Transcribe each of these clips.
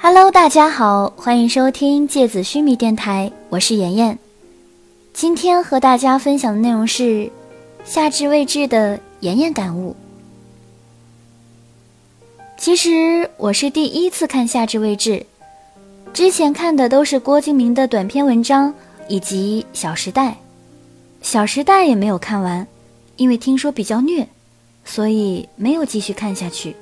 Hello， 大家好，欢迎收听芥子须弥电台，我是妍妍。今天和大家分享的内容是夏至未至的妍妍感悟。其实我是第一次看夏至未至，之前看的都是郭敬明的短篇文章以及小时代。小时代也没有看完，因为听说比较虐，所以没有继续看下去。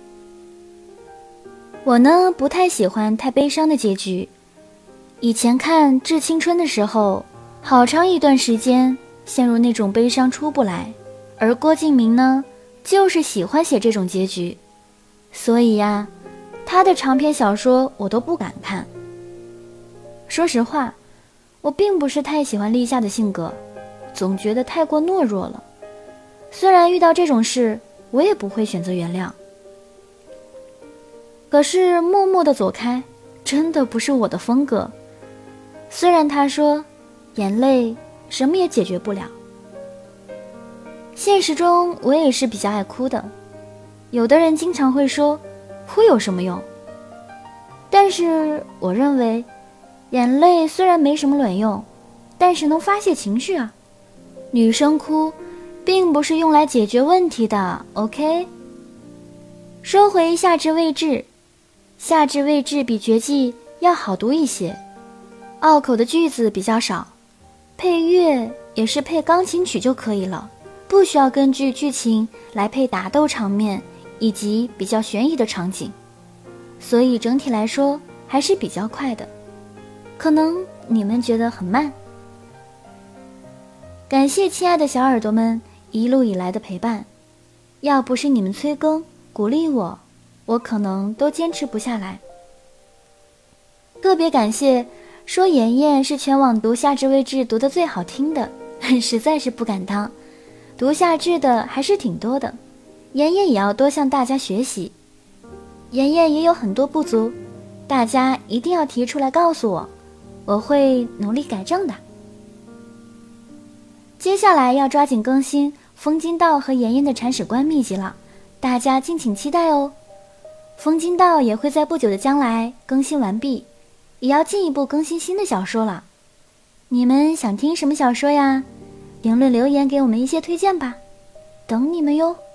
我呢，不太喜欢太悲伤的结局。以前看《致青春》的时候，好长一段时间陷入那种悲伤出不来，而郭敬明呢，就是喜欢写这种结局，所以呀，他的长篇小说我都不敢看。说实话，我并不是太喜欢立夏的性格，总觉得太过懦弱了。虽然遇到这种事，我也不会选择原谅。可是默默地走开真的不是我的风格。虽然他说眼泪什么也解决不了，现实中我也是比较爱哭的。有的人经常会说哭有什么用，但是我认为眼泪虽然没什么卵用，但是能发泄情绪啊。女生哭并不是用来解决问题的 OK。 说回夏至未至，夏至未至比绝技要好读一些，拗口的句子比较少，配乐也是配钢琴曲就可以了，不需要根据剧情来配打斗场面以及比较悬疑的场景，所以整体来说还是比较快的，可能你们觉得很慢。感谢亲爱的小耳朵们一路以来的陪伴，要不是你们催更鼓励我可能都坚持不下来。特别感谢说妍妍是全网读夏至未至读得最好听的，实在是不敢当，读夏至的还是挺多的，妍妍也要多向大家学习。妍妍也有很多不足，大家一定要提出来告诉我，我会努力改正的。接下来要抓紧更新风金道和妍妍的铲屎官秘籍了，大家敬请期待哦。风金道也会在不久的将来更新完毕，也要进一步更新新的小说了。你们想听什么小说呀？评论留言给我们一些推荐吧，等你们哟。